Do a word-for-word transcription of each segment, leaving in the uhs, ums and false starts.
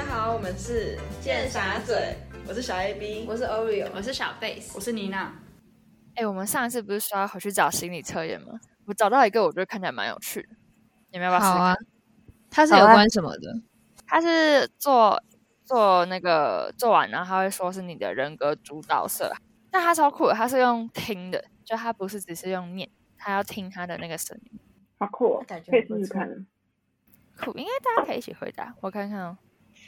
好，我们是贱傻嘴， 我是小 A B， 我是 Oreo， 我是小贝斯， 我是妮娜。 哎、欸，我们上一次不是说要回去找心理测验吗？我找到一个，我觉得看起来蛮有趣的，你们要不要试试看？ 好啊，它是有关什么的？ 它是做做那个做完，然后他会说是你的人格主导色，但它超酷的，它是用听的，就它不是只是用念，它要听它的那个声音。 好酷哦， 感觉可以试试看。 酷，应该大家可以一起回答，我看看哦。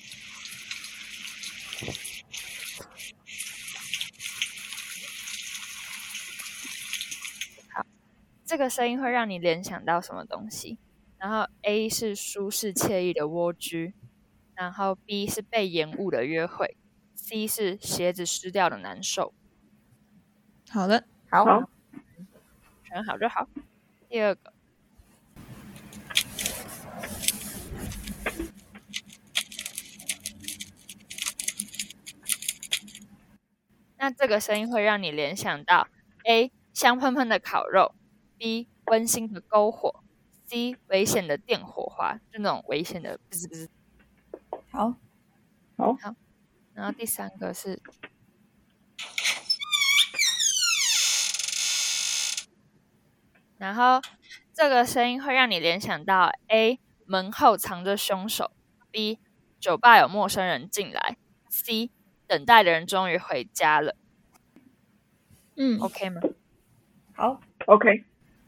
好，这个声音会让你联想到什么东西？然后 A 是舒适惬意的蜗居，然后 B 是被延误的约会 ，C 是鞋子湿掉的难受。 好的， 好， 选好就好。第二个。那这个声音会让你联想到 A 香喷喷的烤肉 ，B 温馨的篝火 ，C 危险的电火花，就那种危险的不是不是。 好， 好， 好。然后第三个是，然后这个声音会让你联想到 A 门后藏着凶手 ，B 酒吧有陌生人进来 ，C 等待的人终于回家了。 嗯 ，OK 吗？ 好 ，OK。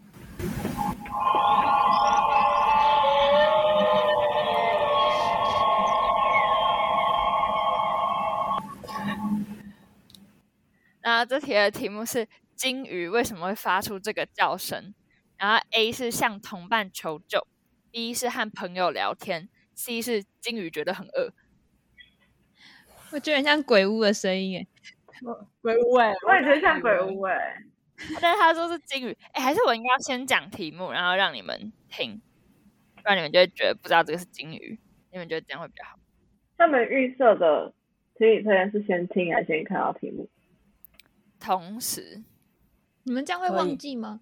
然后这题的题目是鲸鱼为什么会发出这个叫声？然后 A 是向同伴求救 ，B 是和朋友聊天 ，C 是鲸鱼觉得很饿。 我觉得很像鬼屋的声音诶， 鬼屋哎， 我也觉得像鬼屋哎。 但是他说是鲸鱼，哎，还是我应该要先讲题目，然后让你们听，不然你们就会觉得不知道这个是鲸鱼，你们觉得这样会比较好。 他们预设的心理测验是先听还是先看到题目？ 同时， 你们这样会忘记吗？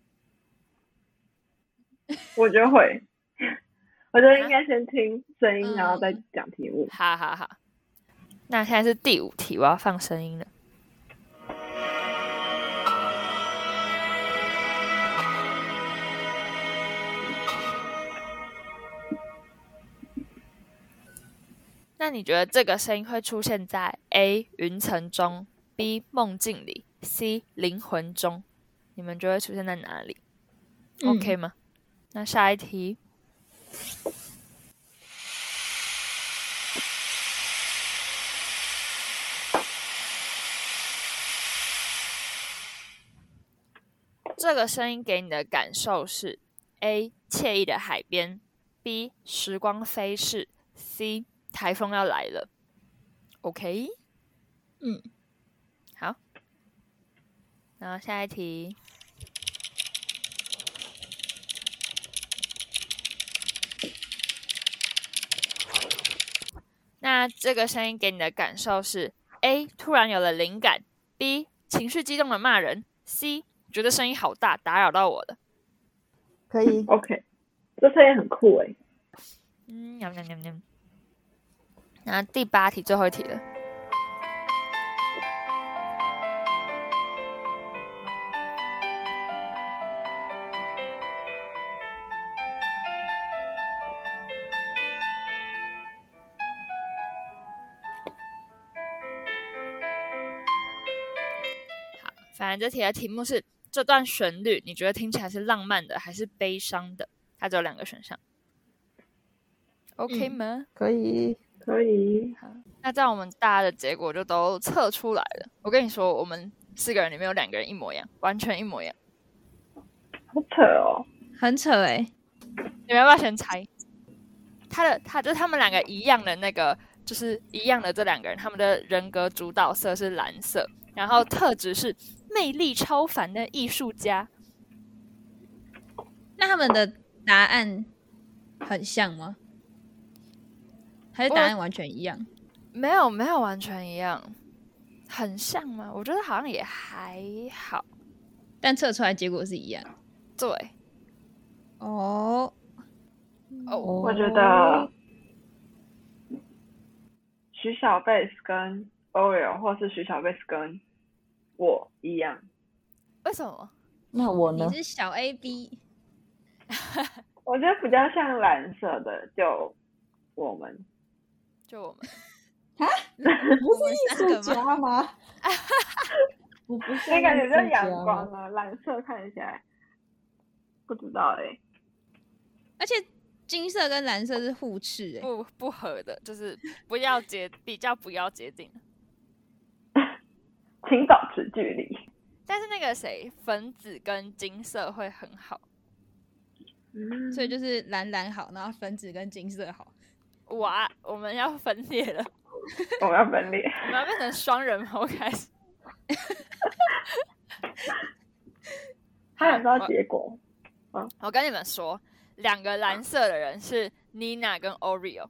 我觉得会，我觉得应该先听声音，然后再讲题目。 好好好，那现在是第五题，我要放声音了。那你觉得这个声音会出现在 A 云层中 ，B 梦境里 ，C 灵魂中？你们觉得会出现在哪里、嗯、？OK 吗？那下一题。这个声音给你的感受是 A 惬意的海边 ，B 时光飞逝 ，C 台风要来了。OK， 嗯， 好。然后下一题。那这个声音给你的感受是 A 突然有了灵感 ，B 情绪激动的骂人 ，C 觉得声音好大，打扰到我了。 可以 ，OK， 这声音很酷哎。 嗯，喵喵喵喵。然后第八题，最后一题了。好，反正这题的题目是这段旋律，你觉得听起来是浪漫的还是悲伤的？它只有两个选项。OK 吗、嗯？ 可以， 可以。 好，那这样我们大家的结果就都测出来了。我跟你说，我们四个人里面有两个人一模一样，完全一模一样。 好扯哦， 很扯哎、欸！ 你们要不要先猜？他的他就他们两个一样的那个，就是一样的这两个人，他们的人格主导色是蓝色，然后特质是魅力超凡的艺术家。 那他们的答案很像吗？还是答案完全一样？ 没有，没有完全一样，很像吗？我觉得好像也还好， 但测出来结果是一样。 对， 哦， 哦， 我觉得徐小贝斯跟 Oreo， 或是徐小贝斯跟我一样。 为什么？ 那我呢？ 你是小 A B， 我觉得比较像蓝色的，就我们， 就我们。 啊，不是艺术家吗？我不是， 那感觉就是阳光啊，蓝色看起来不知道哎、欸。 而且金色跟蓝色是互斥哎、欸， 不不合的，就是不要接，比较不要接近。 请保持距离。 但是那个谁，粉紫跟金色会很好。 嗯， 所以就是蓝蓝好，然后粉紫跟金色好。 哇，我们要分裂了， 我们要分裂， 我们要变成双人猴开始。 他想知道结果。 我跟你们说，两个蓝色的人是 Nina 跟 Oreo，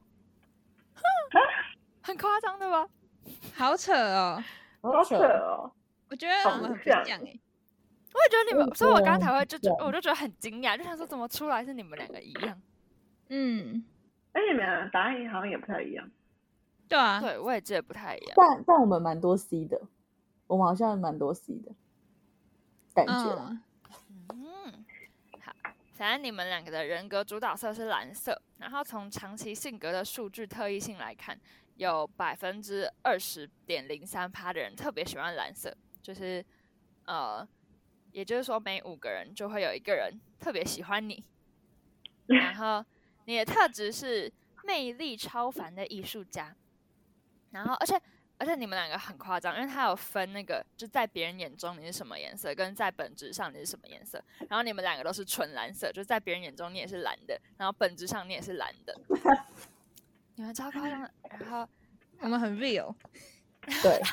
很夸张对吧？ 好扯哦， 好扯哦！ 我觉得我们很不像哎、欸。 我也觉得你们， 我所以我刚才会就对我就觉得很惊讶，就想说怎么出来是你们两个一样？ 嗯， 而且你们俩答案好像也不太一样。 对啊， 对，我也记得不太一样。 但但我们蛮多 C 的，我们好像蛮多 C 的感觉啦。 嗯， 嗯，好，反正你们两个的人格主导色是蓝色，然后从长期性格的数据特异性来看，有百分之二十点零三趴的人特别喜欢蓝色，就是呃，也就是说每五个人就会有一个人特别喜欢你。然后你的特质是魅力超凡的艺术家，然后而且而且你们两个很夸张，因为他有分那个就在别人眼中你是什么颜色，跟在本质上你是什么颜色。然后你们两个都是纯蓝色，就在别人眼中你也是蓝的，然后本质上你也是蓝的。你们超夸张的。然后我们很 real。 对，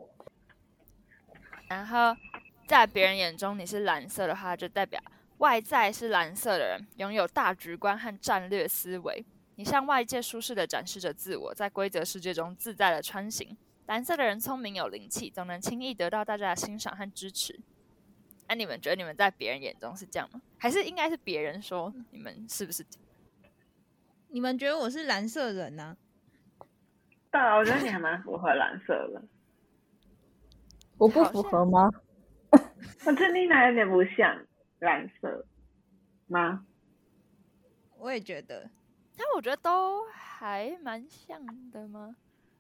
然后在别人眼中你是蓝色的话，就代表外在是蓝色的人拥有大局观和战略思维。你向外界舒适的展示着自我，在规则世界中自在的穿行。蓝色的人聪明有灵气，总能轻易得到大家的欣赏和支持。那、啊、你们觉得你们在别人眼中是这样吗？还是应该是别人说你们是不是这样？ 你们觉得我是蓝色人呢、啊？ 对啊，我觉得你还蛮符合蓝色的。 我不符合吗？ 我觉得你哪有点不像蓝色吗？ 我也觉得， 但我觉得都还蛮像的吗？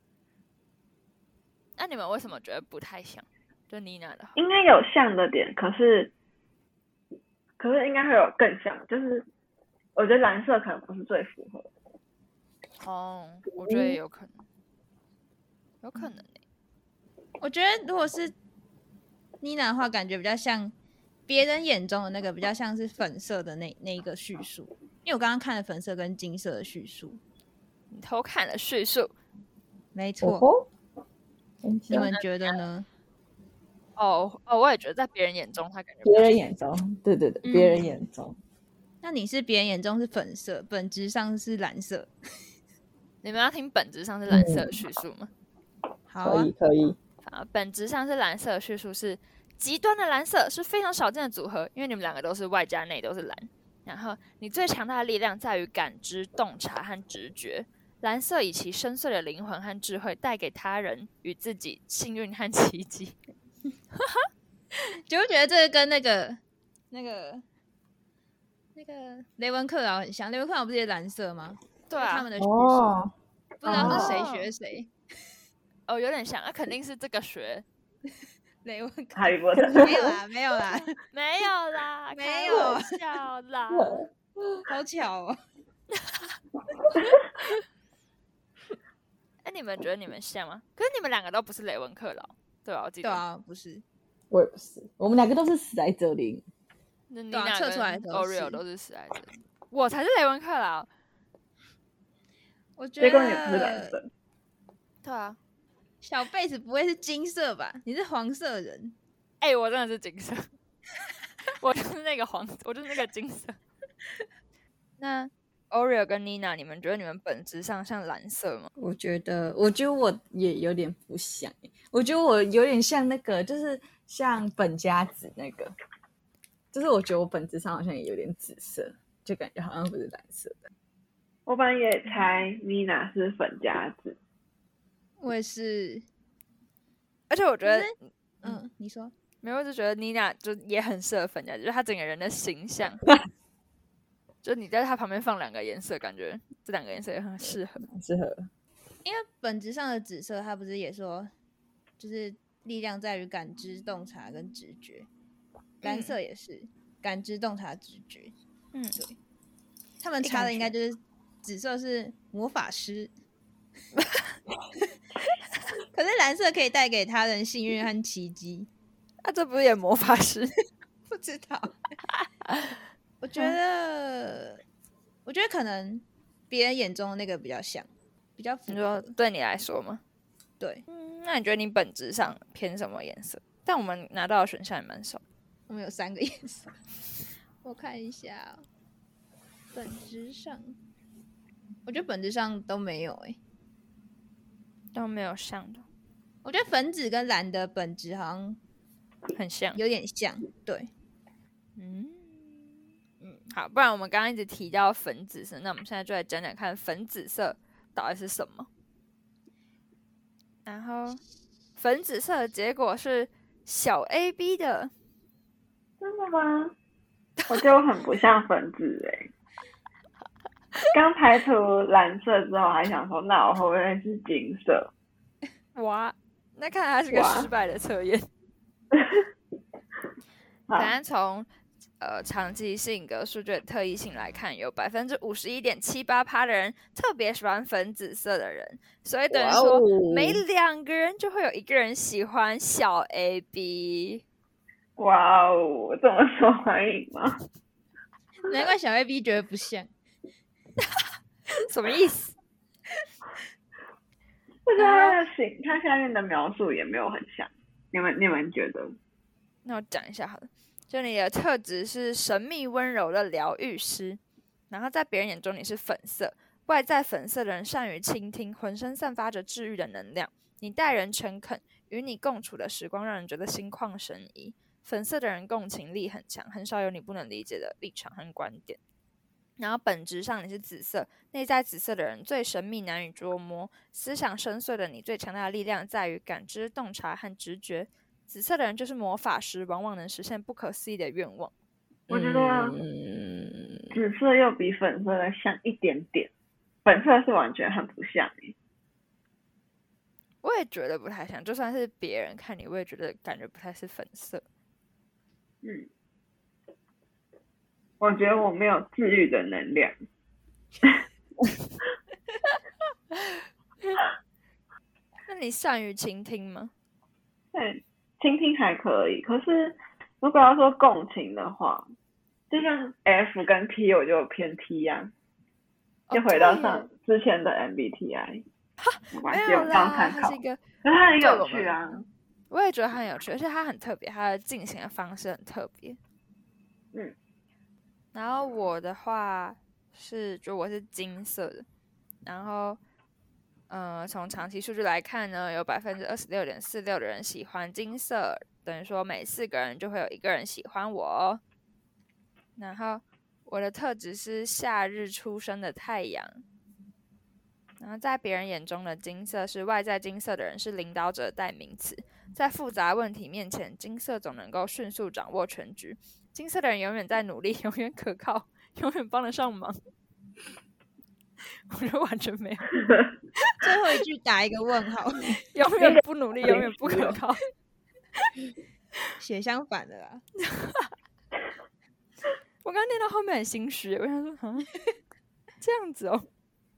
那你们为什么觉得不太像？就Nina的话， 应该有像的点，可是可是应该会有更像，就是我觉得蓝色可能不是最符合的。 哦，我觉得也有可能，有可能、欸、 我觉得如果是 Nina 的话，感觉比较像别人眼中的那个，比较像是粉色的那那一个叙述。因为我刚刚看了粉色跟金色的叙述， 你偷看了叙述， 没错。 哦， 你们觉得呢？ 哦哦，我也觉得在别人眼中，他感觉别人眼中，对对对， 嗯别人眼中。 那你是别人眼中是粉色，本质上是蓝色。 你们要听本质上是蓝色的叙述吗？ 好啊可以，可以。 啊，本质上是蓝色的叙述是极端的蓝色，是非常少见的组合，因为你们两个都是外加内都是蓝。然后你最强大的力量在于感知、洞察和直觉。蓝色以其深邃的灵魂和智慧，带给他人与自己幸运和奇迹。 就会觉得这个跟那个那个那个雷文克劳很像。雷文克劳不是也蓝色吗？ 对啊， 他们的叙述、 哦， 不知道是谁学谁。 哦，有点像，那、啊、肯定是这个学雷文克哈利波特没有啦，没有啦， 没有啦， 没有开玩笑啦。 好巧哦。 哎、欸，你们觉得你们像吗？可是你们两个都不是雷文克劳，对吧？我记得。 对啊，不是。 我也不是，我们两个都是史莱哲林。 那你对啊，测出来跟都是 Oreo 都是史莱哲林，我才是雷文克劳。 我觉得结果你不是蓝色。 对啊， 小贝子不会是金色吧？你是黄色人。 哎、欸，我真的是金色，我就是那个黄，我就是那个金色。那 Oreo 跟 Nina， 你们觉得你们本质上像蓝色吗？ 我觉得，我觉得我也有点不像，我觉得我有点像那个，就是像本家子那个，就是我觉得我本质上好像也有点紫色，就感觉好像不是蓝色的。 我本来也猜 Nina 是粉夹子。 我也是， 而且我觉得， 嗯，你说， 没有，我就觉得妮娜就也很适合粉家，就是她整个人的形象，就你在她旁边放两个颜色，感觉这两个颜色也很适合。 很适合。 因为本质上的紫色，它不是也说，就是力量在于感知、洞察跟直觉，蓝色也是、感知、洞察、直觉。 嗯， 对，他们差的应该就是紫色是魔法师，可是蓝色可以带给他人幸运和奇迹。 啊，这不是也魔法师？ 不知道，我觉得，我觉得可能别人眼中的那个比较像，比较符你合。 说对你来说吗？ 对， 嗯，那你觉得你本质上偏什么颜色？但我们拿到的选项也蛮少。 我们有三个颜色，我看一下、哦，本质上，我觉得本质上都没有诶、 都没有像的， 我觉得粉紫跟蓝的本质好像很像。 有点像，对， 嗯嗯，好，不然我们刚刚一直提到粉紫色，那我们现在就来讲讲看粉紫色到底是什么。然后粉紫色的结果是小 A B 的， 真的吗？我觉得我很不像粉紫哎、欸。刚排除蓝色之后，还想说，那我会不会是金色？ 哇，那看来它是个失败的测验。反正从呃长期性格数据的特异性来看，有百分之五十一点七八趴的人特别喜欢粉紫色的人，所以等于说、 哦、 每两个人就会有一个人喜欢小 A B。 哇哦，这么受欢迎吗？ 难怪小 A B 觉得不像， 什么意思？ 我觉得他的形，他下面的描述也没有很像，你们你们觉得？ 那我讲一下好了，就你的特质是神秘温柔的疗愈师，然后在别人眼中你是粉色，外在粉色的人善于倾听，浑身散发着治愈的能量。你待人诚恳，与你共处的时光让人觉得心旷神怡。粉色的人共情力很强，很少有你不能理解的立场和观点。然后本质上你是紫色，内在紫色的人最神秘难以捉摸，思想深邃的你最强大的力量在于感知、洞察和直觉。紫色的人就是魔法师，往往能实现不可思议的愿望。 我觉得紫色又比粉色的像一点点，粉色是完全很不像欸。 我也觉得不太像，就算是别人看你，我也觉得感觉不太是粉色。 嗯，我觉得我没有治愈的能量。 那你善于倾听吗？ 对，倾听还可以，可是如果要说共情的话，就像 F 跟 T， 我就偏 T 啊，就回到上之前的 M B T I。没关系，我当参考。 它是一个， 可是它很有趣啊。 我也觉得它很有趣，而且它很特别，它的进行的方式很特别。 嗯。 然后我的话是，就我是金色的，然后，呃，从长期数据来看呢，有百分之二十六点四六的人喜欢金色，等于说每四个人就会有一个人喜欢我哦。然后我的特质是夏日出生的太阳。然后在别人眼中的金色是外在金色的人是领导者的代名词，在复杂问题面前，金色总能够迅速掌握全局。金色的人永远在努力，永远可靠，永远帮得上忙。我觉得完全没有。 最后一句打一个问号， 永远不努力，永远不可靠。 写相反的啦。 我刚念到后面很心虚，我想说，啊，这样子哦。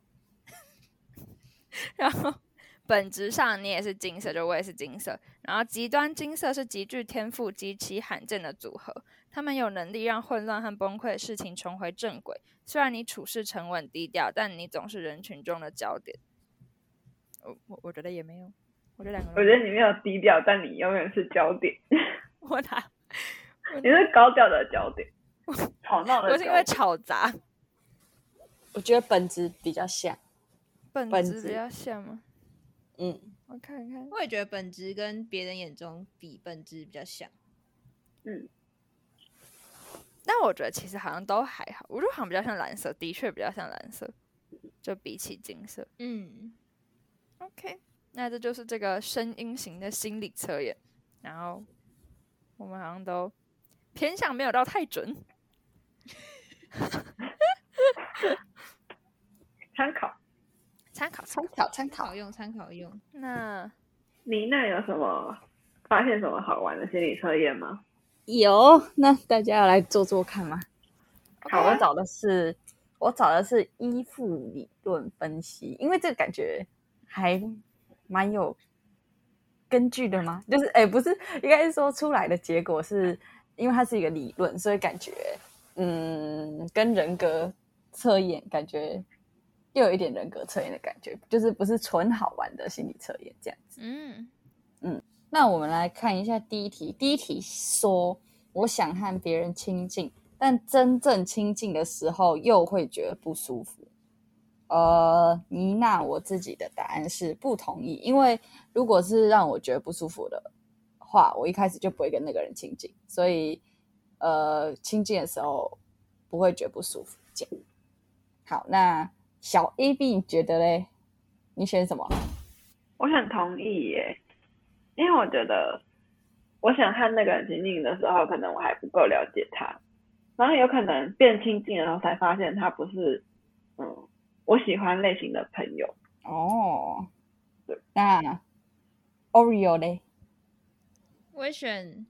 然后本质上你也是金色，就我也是金色。然后极端金色是极具天赋极其罕见的组合，他们有能力让混乱和崩溃的事情重回正轨。虽然你处事沉稳低调，但你总是人群中的焦点。我我我觉得也没有，我觉得两个人， 我觉得你没有低调，但你永远是焦点。 我哪？ 你是高调的焦点，吵闹的焦点。 我是因为吵杂。 我觉得本质比较像。 本质比较像吗？ 嗯， 我看看。 我也觉得本质跟别人眼中比本质比较像。 嗯， 但我觉得其实好像都还好，我觉得好像比较像蓝色，的确比较像蓝色，就比起金色。 嗯 ，OK。 那这就是这个声音型的心理测验，然后我们好像都偏向没有到太准， 参考。 参考参考参考。 好用参考用。 那你那有什么发现什么好玩的心理测验吗？ 有，那大家要来做做看吗？ 好啊， 我找的是我找的是依附理论分析，因为这个感觉还蛮有根据的吗？就是哎，不是，应该是说出来的结果是因为它是一个理论，所以感觉嗯，跟人格测验感觉又有一点人格测验的感觉，就是不是纯好玩的心理测验这样子。 嗯嗯，那我们来看一下第一题。第一题说，我想和别人亲近，但真正亲近的时候又会觉得不舒服。呃，妮娜，我自己的答案是不同意，因为如果是让我觉得不舒服的话，我一开始就不会跟那个人亲近，所以呃，亲近的时候不会觉得不舒服。这样。好，那小 A B 你觉得嘞？你选什么？ 我很同意耶，因为我觉得我想和那个人亲近的时候，可能我还不够了解他，然后有可能变亲近的时候才发现他不是嗯我喜欢类型的朋友。 哦， 对， 那 Oreo 嘞？ 我会选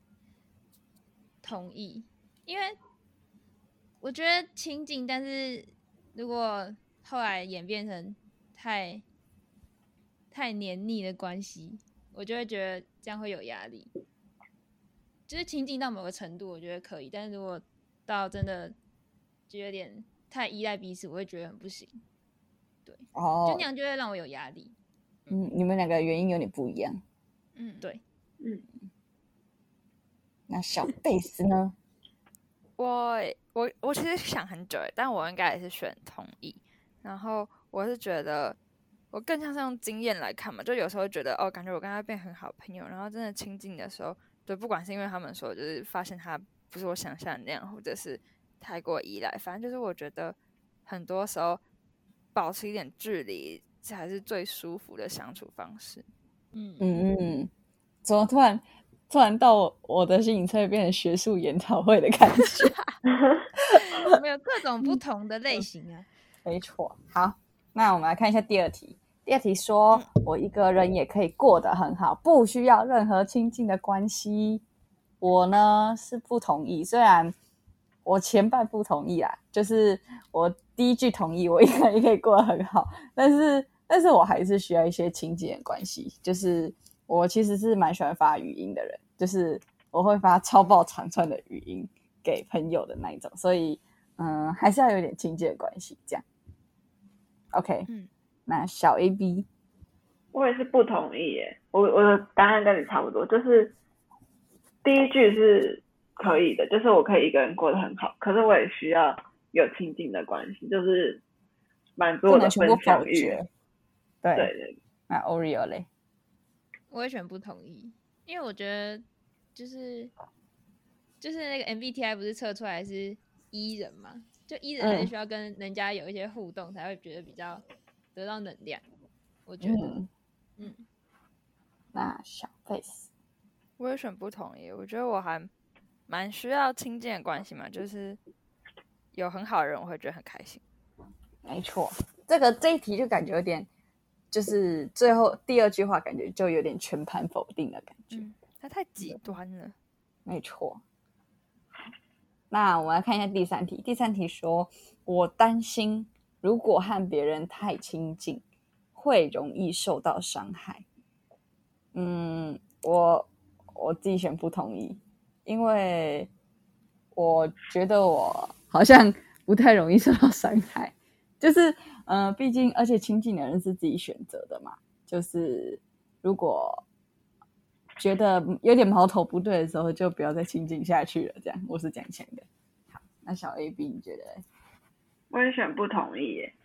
同意，因为我觉得亲近，但是如果后来演变成太太黏腻的关系，我就会觉得这样会有压力。就是亲近到某个程度，我觉得可以，但是如果到真的就有点太依赖彼此，我会觉得很不行。对， 哦， 就那样就会让我有压力。 嗯，你们两个原因有点不一样。 嗯， 对， 嗯， 那小贝斯呢？ 我我我其实想很久，但我应该也是选同意。然后我是觉得，我更像是用经验来看嘛，就有时候觉得哦，感觉我跟他变很好朋友，然后真的亲近的时候，对，不管是因为他们说，就是发现他不是我想象的那样，或者是太过依赖，反正就是我觉得很多时候保持一点距离才是最舒服的相处方式。 嗯嗯嗯，怎么突然突然到我的心理测验变成学术研讨会的感觉？ 我们有各种不同的类型啊。 没错。好，那我们来看一下第二题。第二题说，我一个人也可以过得很好，不需要任何亲近的关系。我呢是不同意，虽然我前半不同意啦，就是我第一句同意，我一个人也可以过得很好，但是但是我还是需要一些亲近的关系。就是我其实是蛮喜欢发语音的人，就是我会发超爆长串的语音给朋友的那一种，所以嗯，还是要有点亲近的关系这样。OK， 嗯， 那小 A B， 我也是不同意耶，我我的答案跟你差不多，就是第一句是可以的，就是我可以一个人过得很好，可是我也需要有亲近的关系，就是满足我的分享欲。 对对对， 那 Oreo 嘞？ 我会选不同意，因为我觉得就是就是那个 M B T I 不是测出来是 E 人嘛，就 E 人还是需要跟人家有一些互动，才会觉得比较得到能量。我觉得， 嗯， 嗯， 那小 Face， 我也选不同意。我觉得我还蛮需要亲近的关系嘛，就是有很好的人，我会觉得很开心。 没错，这个这一题就感觉有点，就是最后第二句话感觉就有点全盘否定的感觉。 嗯，它太极端了。 没错。那我们来看一下第三题。第三题说，我担心如果和别人太亲近，会容易受到伤害。嗯，我我自己选不同意，因为我觉得我好像不太容易受到伤害。就是呃，毕竟而且亲近的人是自己选择的嘛。就是如果觉得有点矛头不对的时候，就不要再亲近下去了。这样，我是这样想的。好，那小 A B 你觉得呢？ 我也选不同意耶。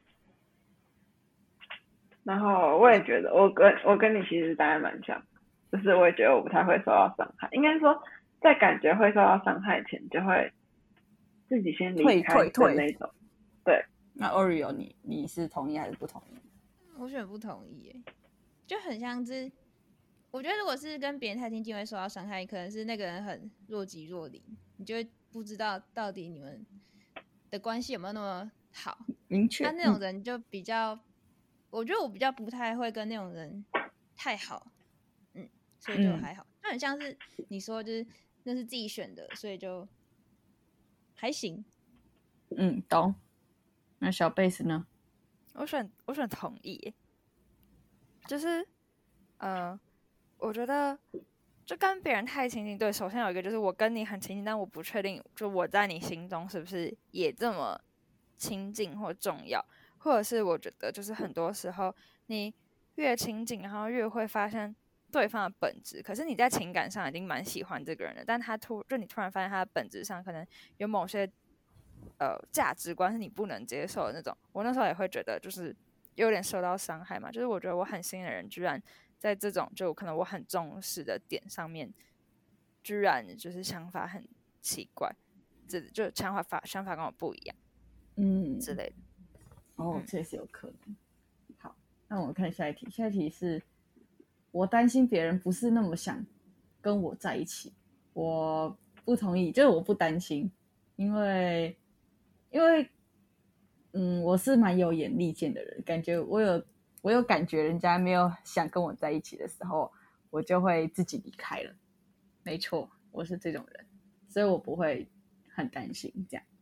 然后我也觉得，我跟我跟你其实答案蛮像，就是我也觉得我不太会受到伤害。应该说，在感觉会受到伤害前，就会自己先离开的那种。对。 那 Oreo 你你是同意还是不同意？ 我选不同意耶， 就很像是，我觉得如果是跟别人太亲近会受到伤害，可能是那个人很若即若离，你就会不知道到底你们的关系有没有那么好。 明确。 他那种人就比较，嗯、我觉得我比较不太会跟那种人太好，嗯，所以就还好，就很像是你说就是那是自己选的，所以就还行。 嗯，懂。那小贝斯呢？ 我选我选同意，就是呃，我觉得就跟别人太亲近，对，首先有一个就是我跟你很亲近，但我不确定就我在你心中是不是也这么亲近或重要，或者是我觉得就是很多时候你越亲近，然后越会发现对方的本质，可是你在情感上已经蛮喜欢这个人的，但他突就你突然发现他的本质上可能有某些呃价值观是你不能接受的那种，我那时候也会觉得就是有点受到伤害嘛，就是我觉得我很信任的人居然在这种就可能我很重视的点上面，居然就是想法很奇怪，这就想法法想法跟我不一样， 嗯之类的。 哦，这也是有可能。好，那我们看下一题。下一题是我担心别人不是那么想跟我在一起，我不同意，就是我不担心，因为因为嗯，我是蛮有眼力见的人，感觉我有我有感觉人家没有想跟我在一起的时候，我就会自己离开了。没错，我是这种人，所以我不会很担心这样。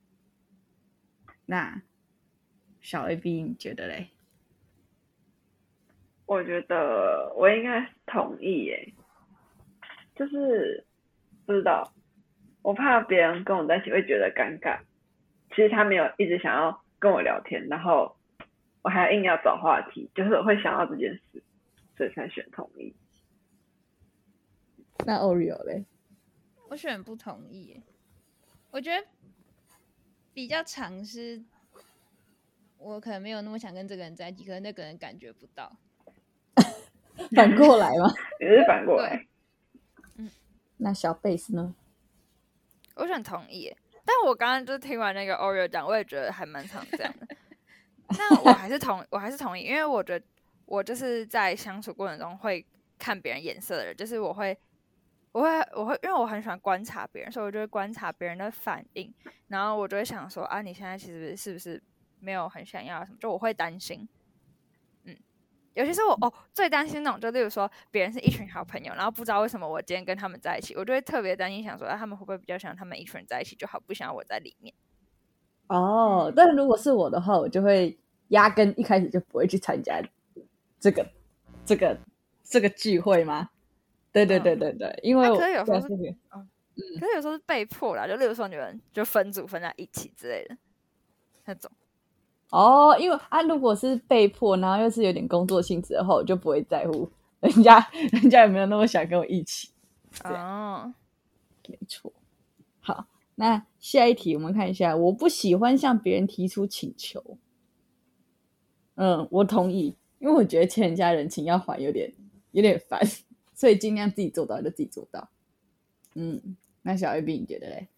那小 A B 你觉得嘞？ 我觉得我应该同意耶，就是不知道，我怕别人跟我在一起会觉得尴尬。其实他没有一直想要跟我聊天，然后我还硬要找话题，就是我会想到这件事，所以才选同意。 那 Oreo 嘞？ 我选不同意耶，我觉得比较常是，我可能没有那么想跟这个人在一起，可是那个人感觉不到。 反过来吗？ 也是反过来。 嗯， 那小贝斯呢？ 我选同意耶，但我刚刚就听完那个 Oreo 讲，我也觉得还蛮常这样的。那我还是同我还是同意，因为我觉得我就是在相处过程中会看别人眼色的人，就是我会我会我会因为我很喜欢观察别人，所以我就会观察别人的反应，然后我就会想说啊，你现在其实是不是没有很想要什么？就我会担心，嗯，尤其是我哦最担心那种，就例如说别人是一群好朋友，然后不知道为什么我今天跟他们在一起，我就会特别担心，想说啊他们会不会比较想他们一群人在一起就好，不想要我在里面。 哦，但如果是我的话，我就会压根一开始就不会去参加这个这个这个聚会吗？对对对对对，嗯、因为我可是有时候是， 嗯， 可是有时候是被迫啦，就例如说你们就分组分在一起之类的那种。 哦，因为啊，如果是被迫，然后又是有点工作性质的话，我就不会在乎人家人家有没有那么想跟我一起。 哦， 没错。好，那下一题我们看一下，我不喜欢向别人提出请求。嗯，我同意，因为我觉得欠人家人情要还有点有点烦，所以尽量自己做到就自己做到。嗯，那小 A B 你觉得嘞？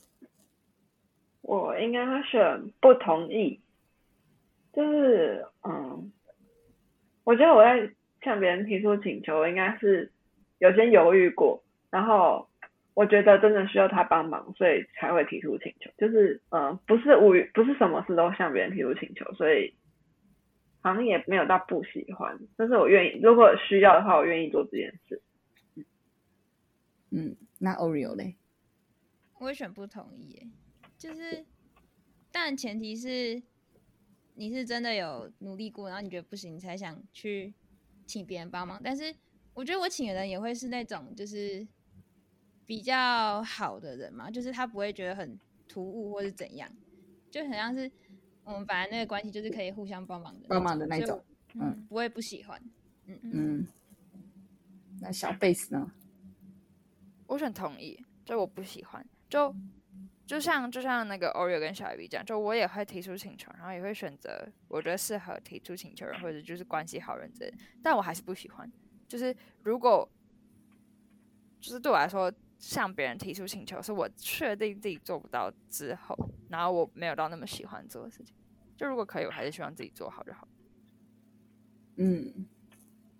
我应该选不同意，就是嗯，我觉得我在向别人提出请求，应该是有些犹豫过，然后我觉得真的需要他帮忙，所以才会提出请求。就是嗯，不是无语，不是什么事都向别人提出请求，所以好像也没有到不喜欢，但是我愿意，如果需要的话，我愿意做这件事。 嗯，那 Oreo 嘞？ 我会选不同意耶，就是但前提是你是真的有努力过，然后你觉得不行，你才想去请别人帮忙。但是我觉得我请的人也会是那种就是比较好的人嘛，就是他不会觉得很突兀或是怎样，就很像是我们本来那个关系就是可以互相帮忙的帮忙的那种， 嗯，不会不喜欢。嗯嗯，那小贝斯呢？ 我选同意，就我不喜欢，就就像就像那个 Oreo 跟小 A B 这样，就我也会提出请求，然后也会选择我觉得适合提出请求人或者就是关系好人之类的，但我还是不喜欢。就是如果就是对我来说，向别人提出请求是我确定自己做不到之后，然后我没有到那么喜欢做的事情，就如果可以，我还是希望自己做好就好。 嗯，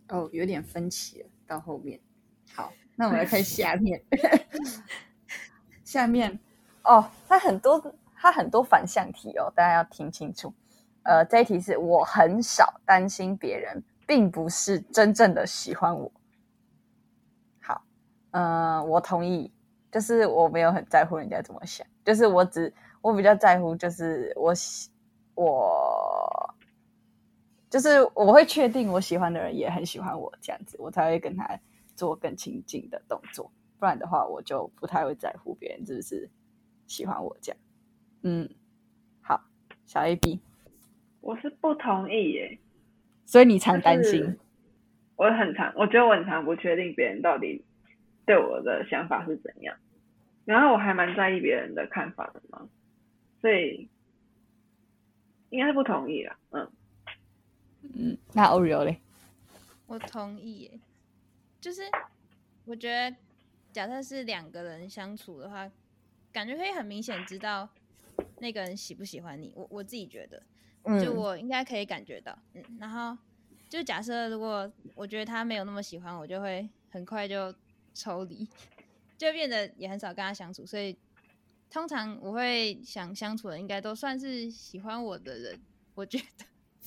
哦，有点分歧了，到后面。好，那我们来看下面。下面哦，它很多，它很多反向题哦，大家要听清楚。呃，这一题是我很少担心别人，并不是真正的喜欢我。好，呃，我同意，就是我没有很在乎人家怎么想，就是我只我比较在乎，就是我喜我。就是我会确定我喜欢的人也很喜欢我，这样子我才会跟他做更亲近的动作，不然的话我就不太会在乎别人是不是喜欢我这样。嗯，好，小 A B， 我是不同意耶， 所以你常担心。 就是我很常，我觉得我很常不确定别人到底对我的想法是怎样，然后我还蛮在意别人的看法的嘛，所以应该是不同意啦。嗯。 嗯，那 Oreo 嘞？ 我同意耶，就是我觉得，假设是两个人相处的话，感觉可以很明显知道那个人喜不喜欢你。我我自己觉得，就我应该可以感觉到，嗯，然后就假设如果我觉得他没有那么喜欢我，就会很快就抽离，就变得也很少跟他相处。所以通常我会想相处的应该都算是喜欢我的人，我觉得。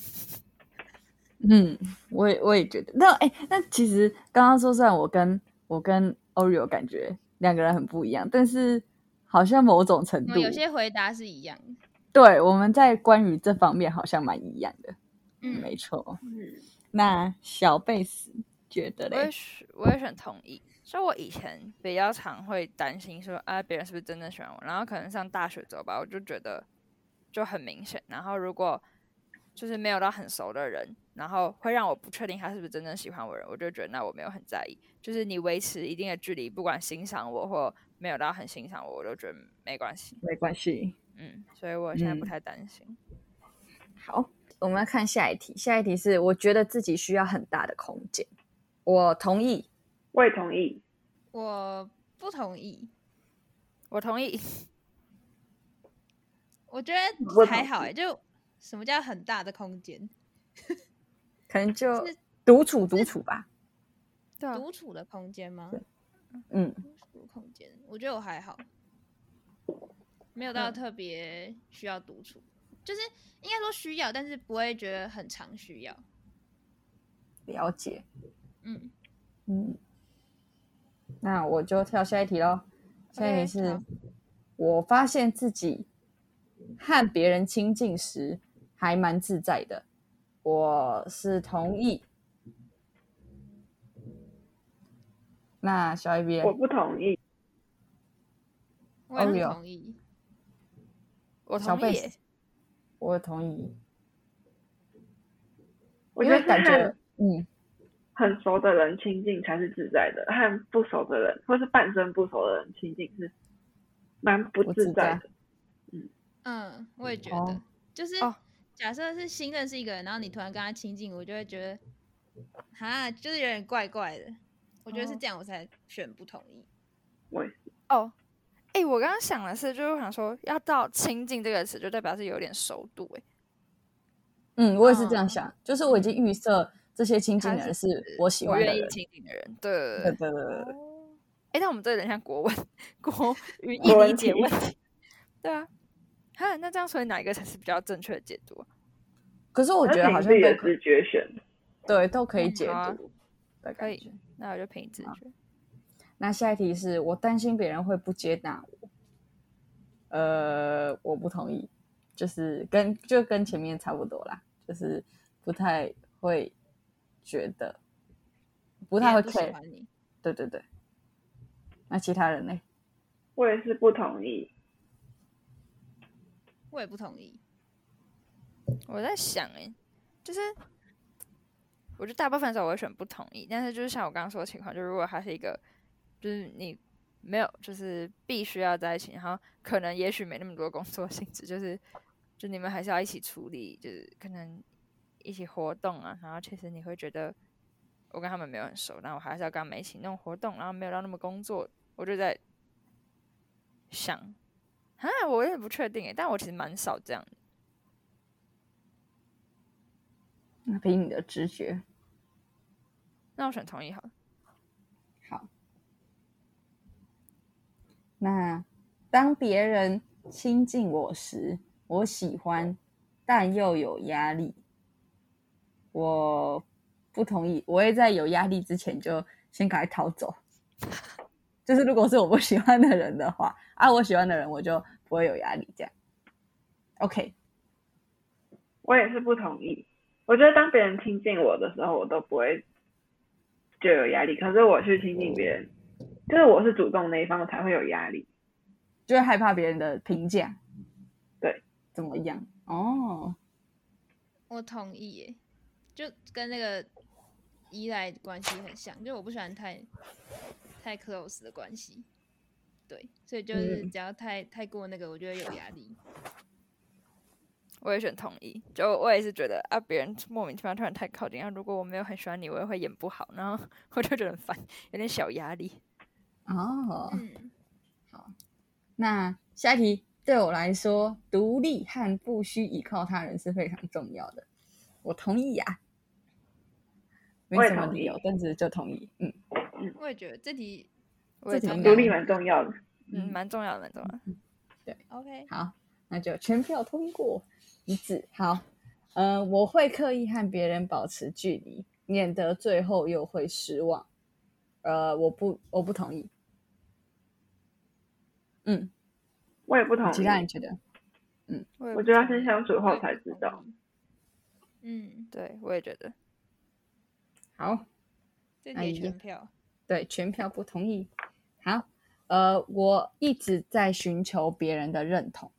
嗯，我也我也觉得，那哎，那其实刚刚说，虽然我跟我跟 Oreo 感觉两个人很不一样，但是好像某种程度， 有些回答是一样的。 对，我们在关于这方面好像蛮一样的。 嗯， 没错。 嗯， 那小贝斯觉得嘞？ 我也选，我也选同意。所以我以前比较常会担心说，啊，别人是不是真的喜欢我？然后可能上大学之后吧，我就觉得就很明显。然后如果就是没有到很熟的人，然后会让我不确定他是不是真正喜欢我的人，我就觉得那我没有很在意。就是你维持一定的距离，不管欣赏我或没有到很欣赏我，我都觉得没关系。 没关系。 嗯，所以我现在不太担心。 嗯、好，我们来看下一题。下一题是我觉得自己需要很大的空间。我同意。 我也同意。 我不同意。 我同意。 我觉得还好哎、欸，就什么叫很大的空间？ 可能就独处独处吧。 独处的空间吗？ 嗯， 独处空间，我觉得我还好，没有到特别需要独处，嗯、就是应该说需要，但是不会觉得很常需要。 了解。 嗯嗯，那我就跳下一题咯。下一题是、okay, 我发现自己和别人亲近时还蛮自在的。我是同意。那小 A B， 我不同意。 我也是同意。 我同意。 我同意。 我觉得感觉，嗯， 很熟的人亲近才是自在的，和不熟的人或是半生不熟的人亲近是蛮不自在的。 嗯嗯，我也觉得，哦、就是假设是新认识一个人，然后你突然跟他亲近，我就会觉得，哈，就是有点怪怪的。我觉得是这样，我才选不同意。 我也是。 哦，哎、欸，我刚刚想的是，就是我想说，要到亲近这个词，就代表是有点熟度、欸，哎。 嗯，我也是这样想，嗯、就是我已经预设这些亲近的人是我喜欢的人， 我愿意亲近的人。对对对对对。 哎、欸，那我们这有点像国文、国语义理解问题。对啊，哈，那这样所以哪一个才是比较正确的解读、啊？ 可是我觉得好像都可以直觉选， 对，都可以解读。 嗯啊、可以，那我就凭直觉。 那下一题是我担心别人会不接纳我。呃，我不同意，就是跟就跟前面差不多啦，就是不太会觉得，不太会 care 你。 对对对。那其他人呢？ 我也是不同意。 我也不同意。 我在想、欸，哎，就是。我觉得大部分的时候我会选不同意，但是就是像我刚刚说的情况，就如果他是一个，就是你没有，就是必须要在一起，然后可能也许没那么多工作性质，就是就你们还是要一起处理，就是可能一起活动啊，然后其实你会觉得我跟他们没有很熟，然后我还是要跟他们一起弄活动，然后没有到那么工作，我就在想，啊，我也不确定诶，但我其实蛮少这样的。 那凭你的直觉， 那我选同意好了。 好，那当别人亲近我时，我喜欢，但又有压力。我不同意，我会在有压力之前就先赶快逃走。就是如果是我不喜欢的人的话，啊，我喜欢的人我就不会有压力，这样。OK， 我也是不同意。我觉得当别人亲近我的时候，我都不会就有压力。可是我去亲近别人，就是我是主动那一方，才会有压力， 就会害怕别人的评价。 对， 怎么样？哦， 我同意耶，就跟那个依赖关系很像，就我不喜欢太太 close 的关系。对，所以就是只要太、嗯、太过那个，我就会有压力。 我也选同意，就我也是觉得啊，别人莫名其妙突然太靠近，啊，如果我没有很喜欢你，我也会演不好，然后我就觉得很烦，有点小压力。 哦， 嗯， 好，那下一题，对我来说，独立和不需依靠他人是非常重要的。我同意呀、啊，没什么理由，但是就同意。嗯嗯， 我也觉得这题， 这题独立蛮重要的， 嗯，蛮重要的，蛮重要的。 对 ，OK， 好，那就全票通过。一致好，呃，我会刻意和别人保持距离，免得最后又会失望。呃，我不，我不同意。嗯， 我也不同意。 其他人觉得？嗯， 我觉得要先相处后才知道。 嗯， 对，我也觉得。 好， 这题全票、哎。 对，全票不同意。好，呃，我一直在寻求别人的认同。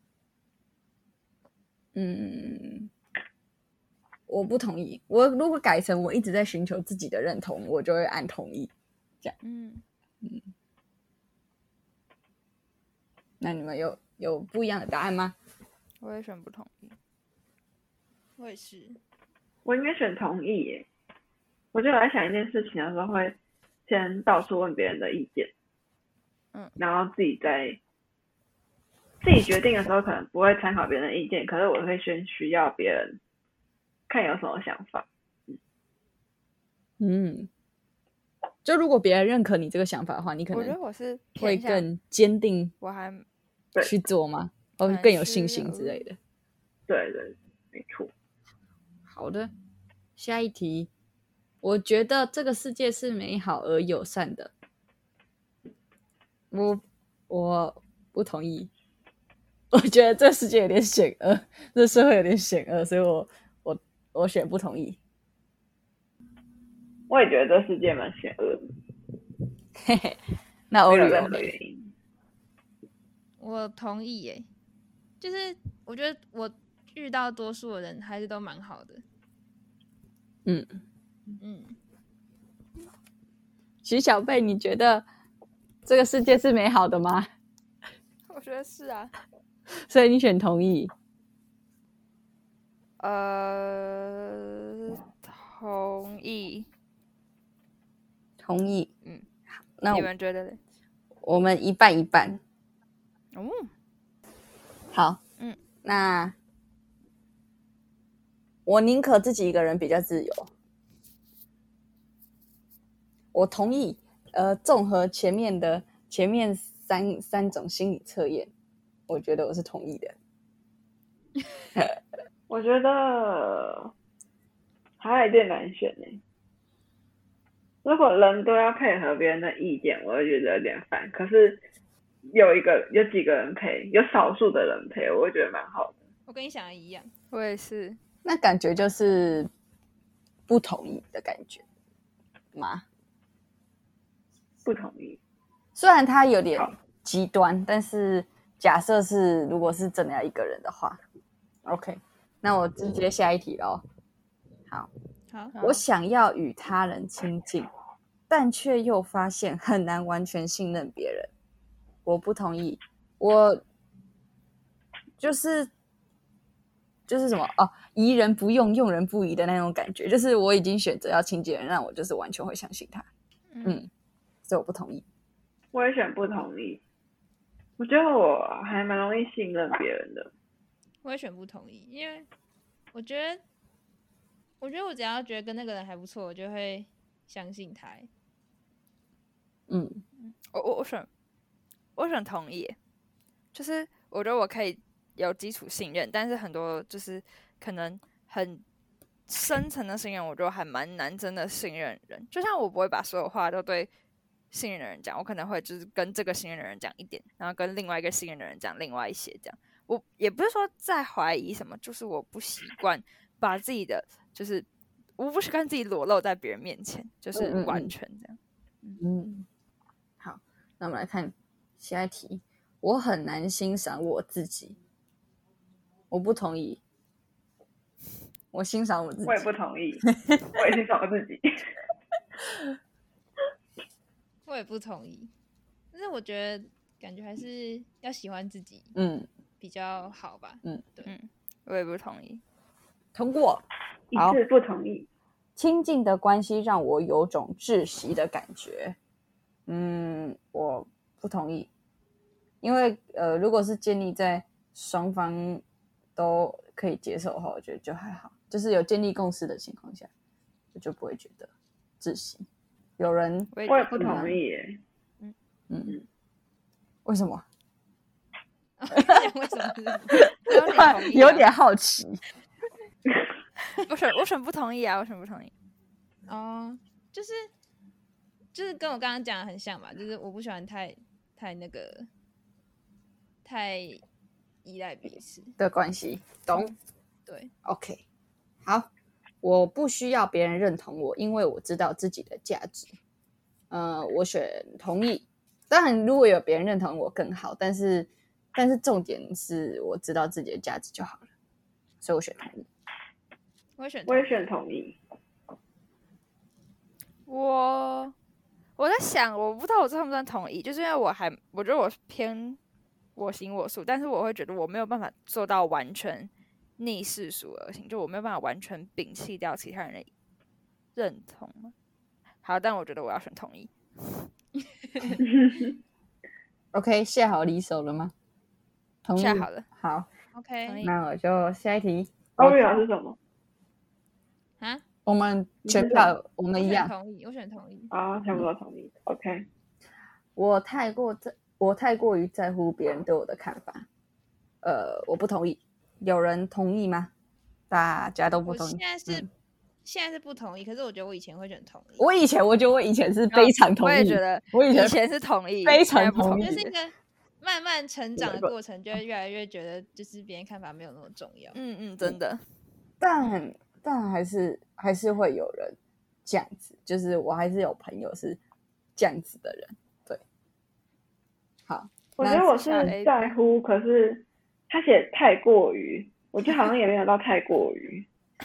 嗯，我不同意。我如果改成我一直在寻求自己的认同，我就会按同意。这样， 嗯嗯。那你们有有不一样的答案吗？ 我也选不同意。 我也是。 我应该选同意耶。我就在想一件事情的时候，会先到处问别人的意见， 嗯， 然後自己在自己决定的时候，可能不会参考别人的意见，可是我会先需要别人看有什么想法。 嗯，就如果别人认可你这个想法的话，你可能我觉得我是会更坚定， 我还去做吗？或者更有信心之类的。 对对，没错。 好的，下一题。我觉得这个世界是美好而友善的。我我不同意。我觉得这世界有点险恶，这社会有点险恶，所以我我我选不同意。 我也觉得这世界蛮险恶的。 嘿嘿，那欧没有任何原因。 我同意耶，就是我觉得我遇到多数的人还是都蛮好的。 嗯嗯， 徐小贝，你觉得这个世界是美好的吗？ 我觉得是啊。 所以你选同意？ 呃，同意。 同意。 嗯， 那你们觉得呢？ 我们一半一半。 哦， 好， 嗯， 那我宁可自己一个人比较自由。我同意。呃，综合前面的前面三三种心理测验，我觉得我是同意的。 我觉得还有点难选呢。如果人都要配合别人的意见，我会觉得有点烦。可是有一个有几个人陪，有少数的人陪，我会觉得蛮好的。 我跟你想的一样。 我也是。 那感觉就是不同意的感觉吗？ 不同意。 虽然他有点极端，但是假设是如果是真的要一个人的话 ，OK， 那我直接下一题咯。好， 好， 我想要与他人亲近，但却又发现很难完全信任别人。我不同意。我就是就是什么哦，疑人不用，用人不疑的那种感觉。就是我已经选择要亲近人，让我就是完全会相信他。嗯，嗯，所以我不同意。 我也选不同意。我觉得我还蛮容易信任别人的。 我也选不同意，因为我觉得，我觉得我只要觉得跟那个人还不错，我就会相信他欸。 嗯， 我我我选我选同意耶，就是我觉得我可以有基础信任，但是很多就是可能很深层的信任，我觉得还蛮难真的信任人。就像我不会把所有话都对信任的人讲，我可能会就是跟这个信任的人讲一点，然后跟另外一个信任的人讲另外一些，这样。我也不是说在怀疑什么，就是我不习惯把自己的就是我不习惯自己裸露在别人面前，就是完全这样。 嗯，嗯好，那我们来看下一题。我很难欣赏我自己，我不同意。我欣赏我自己， 我也不同意，我也欣赏我自己。 我也不同意，但是我觉得感觉还是要喜欢自己， 嗯， 比较好吧。 嗯， 对， 嗯，我也不同意。 通过。 一致不同意。 亲近的关系让我有种窒息的感觉。嗯，我不同意，因为呃，如果是建立在双方都可以接受的话，我觉得就还好，就是有建立共识的情况下，我就不会觉得窒息。有人我也我也不同意耶。 嗯嗯，为什么？ 为什么是？ 有点同意啊有点好奇。 我选我选不同意啊，我选不同意。 哦，就是就是跟我刚刚讲的很像嘛，就是我不喜欢太太那个太依赖彼此的关系，懂？ 对 OK， 好，我不需要别人认同我，因为我知道自己的价值。呃，我选同意。当然，如果有别人认同我更好，但是但是重点是我知道自己的价值就好了，所以我选同意。 我也选我也选同意。 我我在想，我不知道我算不算同意，就是因为我还我觉得我偏我行我素，但是我会觉得我没有办法做到完全逆世俗而行，就我没有办法完全摒弃掉其他人的认同。好，但我觉得我要选同意。 OK， 下好离手了吗？同意。 下好了。 好， OK 那我就下一题。 欧瑞尔是什么？ 啊， 我们全票我我选们一样。 同意，我选同意。 啊，差不多同意。OK， 我太过在，我太过于在乎别人对我的看法。呃，我不同意。有人同意吗？大家都不我同意。 现在是、 嗯、 现在是不同意，可是我觉得我以前会选同意。 我以前我觉得我以前是非常同意， 我也觉得我以前以前是同意， 非常现在不同意就是一个慢慢成长的过程，就会越来越觉得就是别人看法没有那么重要。 嗯嗯，真的。 但但还是还是会有人这样子，就是我还是有朋友是这样子的人。对，好， 我觉得我是在乎，可是他写太过于，我觉得好像也没有到太过于。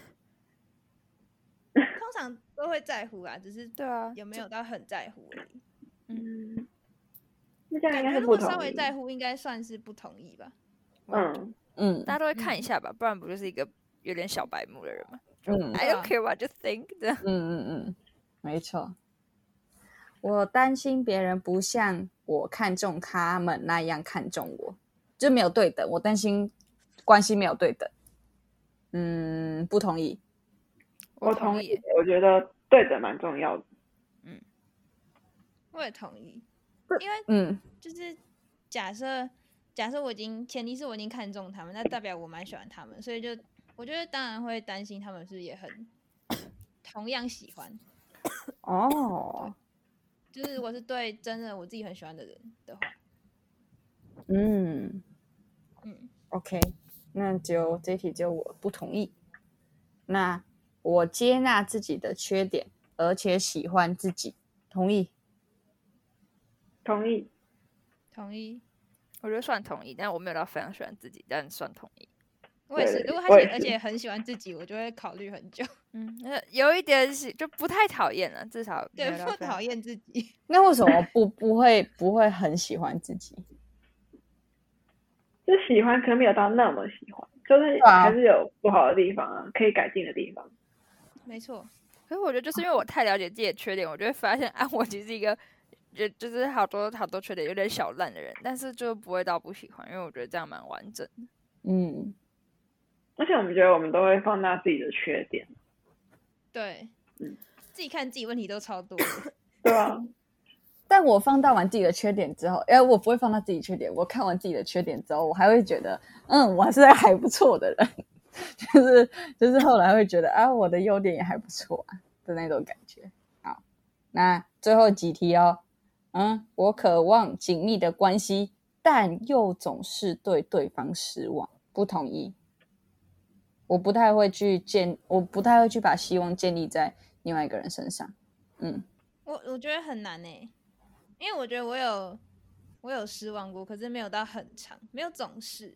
通常都会在乎啊，只是对啊， 有没有到很在乎而已。 嗯，那这样应该感觉如果是不同意。 稍微在乎，应该算是不同意吧。 嗯嗯大家都会看一下吧，不然不就是一个有点小白目的人吗？ 嗯 I don't care what you think 这样。 嗯嗯嗯，没错。我担心别人不像我看重他们那样看重我，就没有对等。我担心关系没有对等。嗯，不同意。 我同同意，我觉得对等蛮重要的。 嗯， 我也同意，因为嗯， 就是假设假设我已经前提是我已经看中他们，那代表我蛮喜欢他们，所以就我觉得当然会担心他们是不是也很同样喜欢。 哦， 就是如果是对真的我自己很喜欢的人的话， 嗯嗯 ，OK， 那就这题就我不同意。那我接纳自己的缺点，而且喜欢自己，同意。 同意。 同意。 我觉得算同意，但我没有到非常喜欢自己，但算同意。 我也是， 对如果他我也是写而且很喜欢自己，我就会考虑很久。 嗯，呃有一点喜就不太讨厌了，至少没对， 有到非常不讨厌自己。 那为什么不不会不会很喜欢自己？ 就喜欢，可能没有到那么喜欢，就是啊还是有不好的地方啊，可以改进的地方。 没错， 可是我觉得就是因为我太了解自己的缺点，我就会发现啊，我其实是一个就就是好多好多缺点有点小烂的人，但是就不会到不喜欢，因为我觉得这样蛮完整的。 嗯， 而且我们觉得我们都会放大自己的缺点。 对， 嗯自自己看自己问题都超多的。 对啊， 但我放大完自己的缺点之后，哎，我不会放大自己缺点。我看完自己的缺点之后，我还会觉得，嗯，我还是还不错的人，就是就是后来会觉得啊，我的优点也还不错啊的那种感觉。好，那最后几题哦。嗯，我渴望紧密的关系，但又总是对对方失望。不同意。我不太会去建，我不太会去把希望建立在另外一个人身上。嗯， 我我觉得很难诶，因为我觉得我有我有失望过，可是没有到很长，没有总是。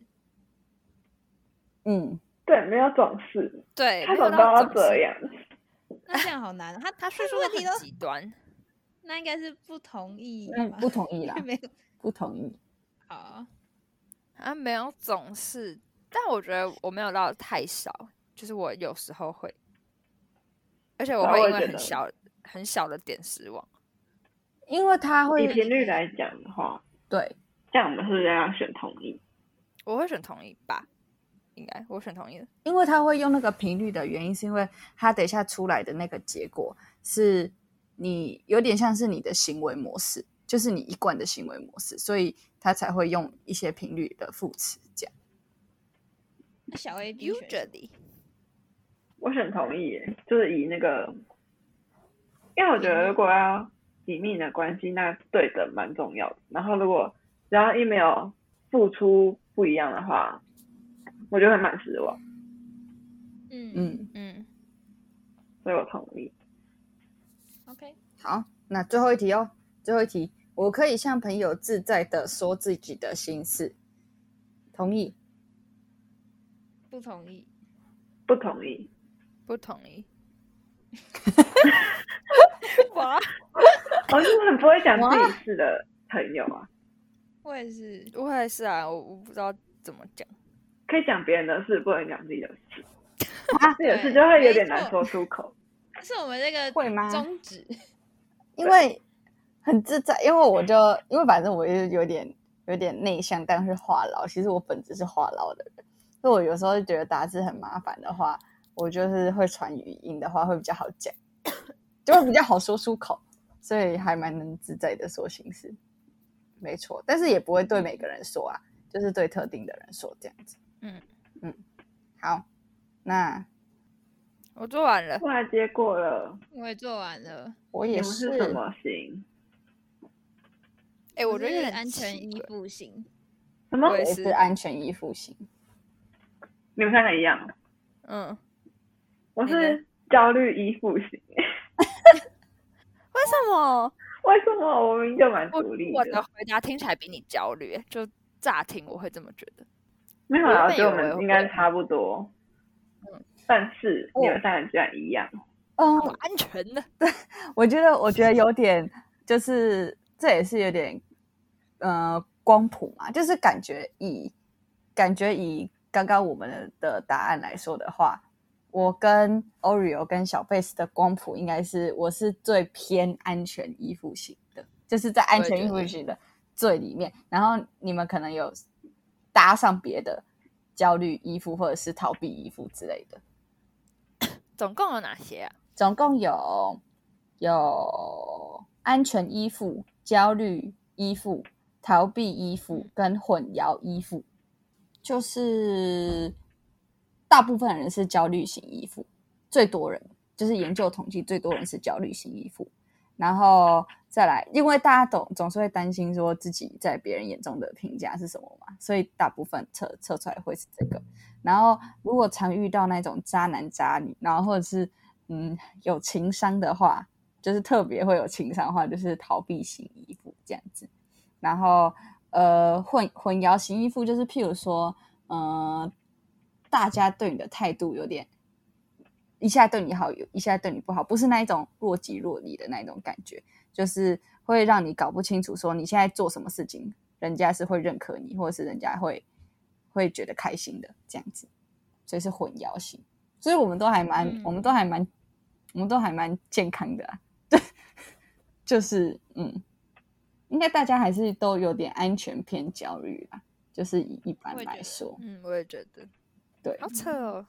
嗯， 对，没有总是， 对， 他没有怎么都要到总是， 这样？ 那这样好难哦。他他叙述的问题都很极端。 那应该是不同意那吧？ 不同意啦， 没有不同意。 好， 啊，没有总是，但我觉得我没有到太少，就是我有时候会，而且我会因为对啊我也觉得很小很小的点失望。 因为他以会频率来讲的话， 对， 这样我们是不是要选同意？ 我会选同意吧，应该我选同意的。 因为他会用那个频率的原因，是因为他等一下出来的那个结果是你有点像是你的行为模式，就是你一贯的行为模式，所以他才会用一些频率的副词这样。 那小 A B 选什么 Usually， 我选同意耶，就是以那个，因为我觉得如果要紧密的关系，那对等蛮重要的。然后如果只要一没有付出不一样的话，我就会蛮失望， 嗯嗯， 嗯， 所以我同意。 ，OK， 好，那最后一题哦，最后一题，我可以向朋友自在的说自己的心事，同意。 不同意。 不同意。 不同意。哇， 我就是很不会讲自己事的朋友啊， 我也是， 我也是啊，我我不知道怎么讲。 可以讲别人的事，不能讲自己的事。 啊自己的事就会有点难说出口。 这是我们这个会吗宗旨。 因为很自在，因为我就因为反正我是有点有点内向，但是话痨。其实我本质是话痨的人，所以我有时候觉得打字很麻烦的话，我就是会传语音的话会比较好讲，就会比较好说出口，所以还蛮能自在的说心事。没错，但是也不会对每个人说啊，就是对特定的人说这样子。 嗯嗯，好，那我做完了。 后来结果了， 我也做完了。 我也你们是什么型？ 哎、我觉得有是点安全依奇怪附型。 什么我？也也是安全依附型。 你们三个一样？ 嗯， 我你呢是焦虑依附型。 为什么？ 为什么？我明明就蛮我独立的。 我的回答听起来比你焦虑，就乍听我会这么觉得。 没有啊，我我原本以为觉得我们应该差不多。 嗯， 但是我你们三个居然一样。 嗯， 我安全的。 我觉得，我觉得有点，就是这也是有点，呃，光谱嘛，就是感觉以感觉以刚刚我们的答案来说的话，我跟 Oreo 跟小贝斯的光谱应该是我是最偏安全依附型的，就是在安全依附型的最里面，然后你们可能有搭上别的焦虑依附或者是逃避依附之类的。 总共有哪些啊？ 总共有有安全依附、焦虑依附、逃避依附跟混淆依附，就是大部分人是焦虑型依附，最多人就是研究统计最多人是焦虑型依附，然后再来，因为大家总总是会担心说自己在别人眼中的评价是什么嘛，所以大部分测测出来会是这个。然后如果常遇到那种渣男渣女，然后或者是嗯有情商的话，就是特别会有情商的话，就是逃避型依附这样子。然后呃混混淆型依附就是譬如说呃大家对你的态度有点一下对你好，一下对你不好，不是那一种若即若离的那一种感觉，就是会让你搞不清楚说你现在做什么事情，人家是会认可你，或者是人家会会觉得开心的这样子，所以是混淆型。所以我们都还蛮、嗯，我们都还蛮，我们都还蛮健康的、啊，就是嗯，应该大家还是都有点安全偏焦虑啦，就是以一般来说， 嗯，我也觉得， 对， 好扯哦。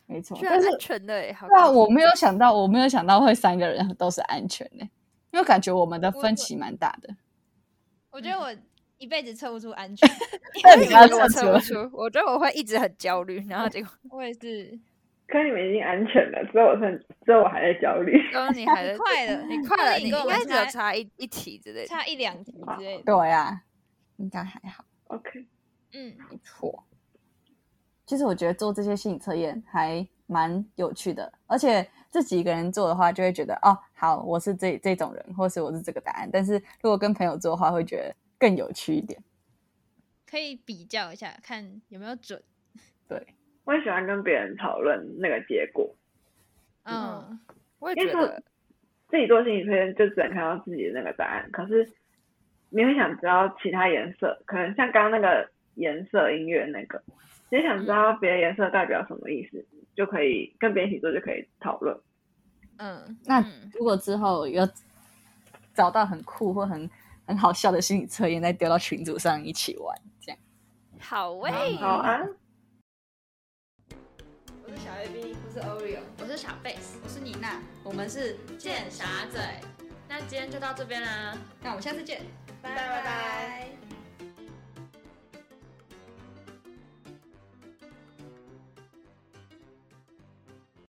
没错。 居然但是安全的哎，好对啊， 高兴我没有想到，我没有想到会三个人都是安全的，因为感觉我们的我分歧蛮大的。 我觉得我一辈子测不出安全， 那你要我测出来测不出，我觉得我会一直很焦虑，然后结果我也是， 可是你们已经安全了，只有我是只有我还在焦虑。 刚刚你还在快了， 你快了， 或者你跟我们你应该只有差差一一题之类的。 差一两题之类的。 对啊，应该还好。 OK， 嗯， 没错。其实我觉得做这些心理测验还蛮有趣的，而且自己一个人做的话，就会觉得哦，好，我是这这种人，或是我是这个答案。但是如果跟朋友做的话，会觉得更有趣一点。 可以比较一下，看有没有准。 对， 我也喜欢跟别人讨论那个结果， 嗯， 我也因为做觉得， 自己做心理测验就只能看到自己的那个答案，可是你会想知道其他颜色，可能像刚刚那个颜色音乐那个，你想知道别的颜色代表什么意思，就可以跟别人一起做，就可以讨论。 嗯， 那嗯如果之后有找到很酷或很很好笑的心理测验，再丢到群组上一起玩，这样。 好喂， 好啊， 我是小 A B，我是 Oreo， 我是小贝斯， 我是妮娜，我们是剑侠嘴， 那今天就到这边啦。 那我们下次见。 拜拜拜。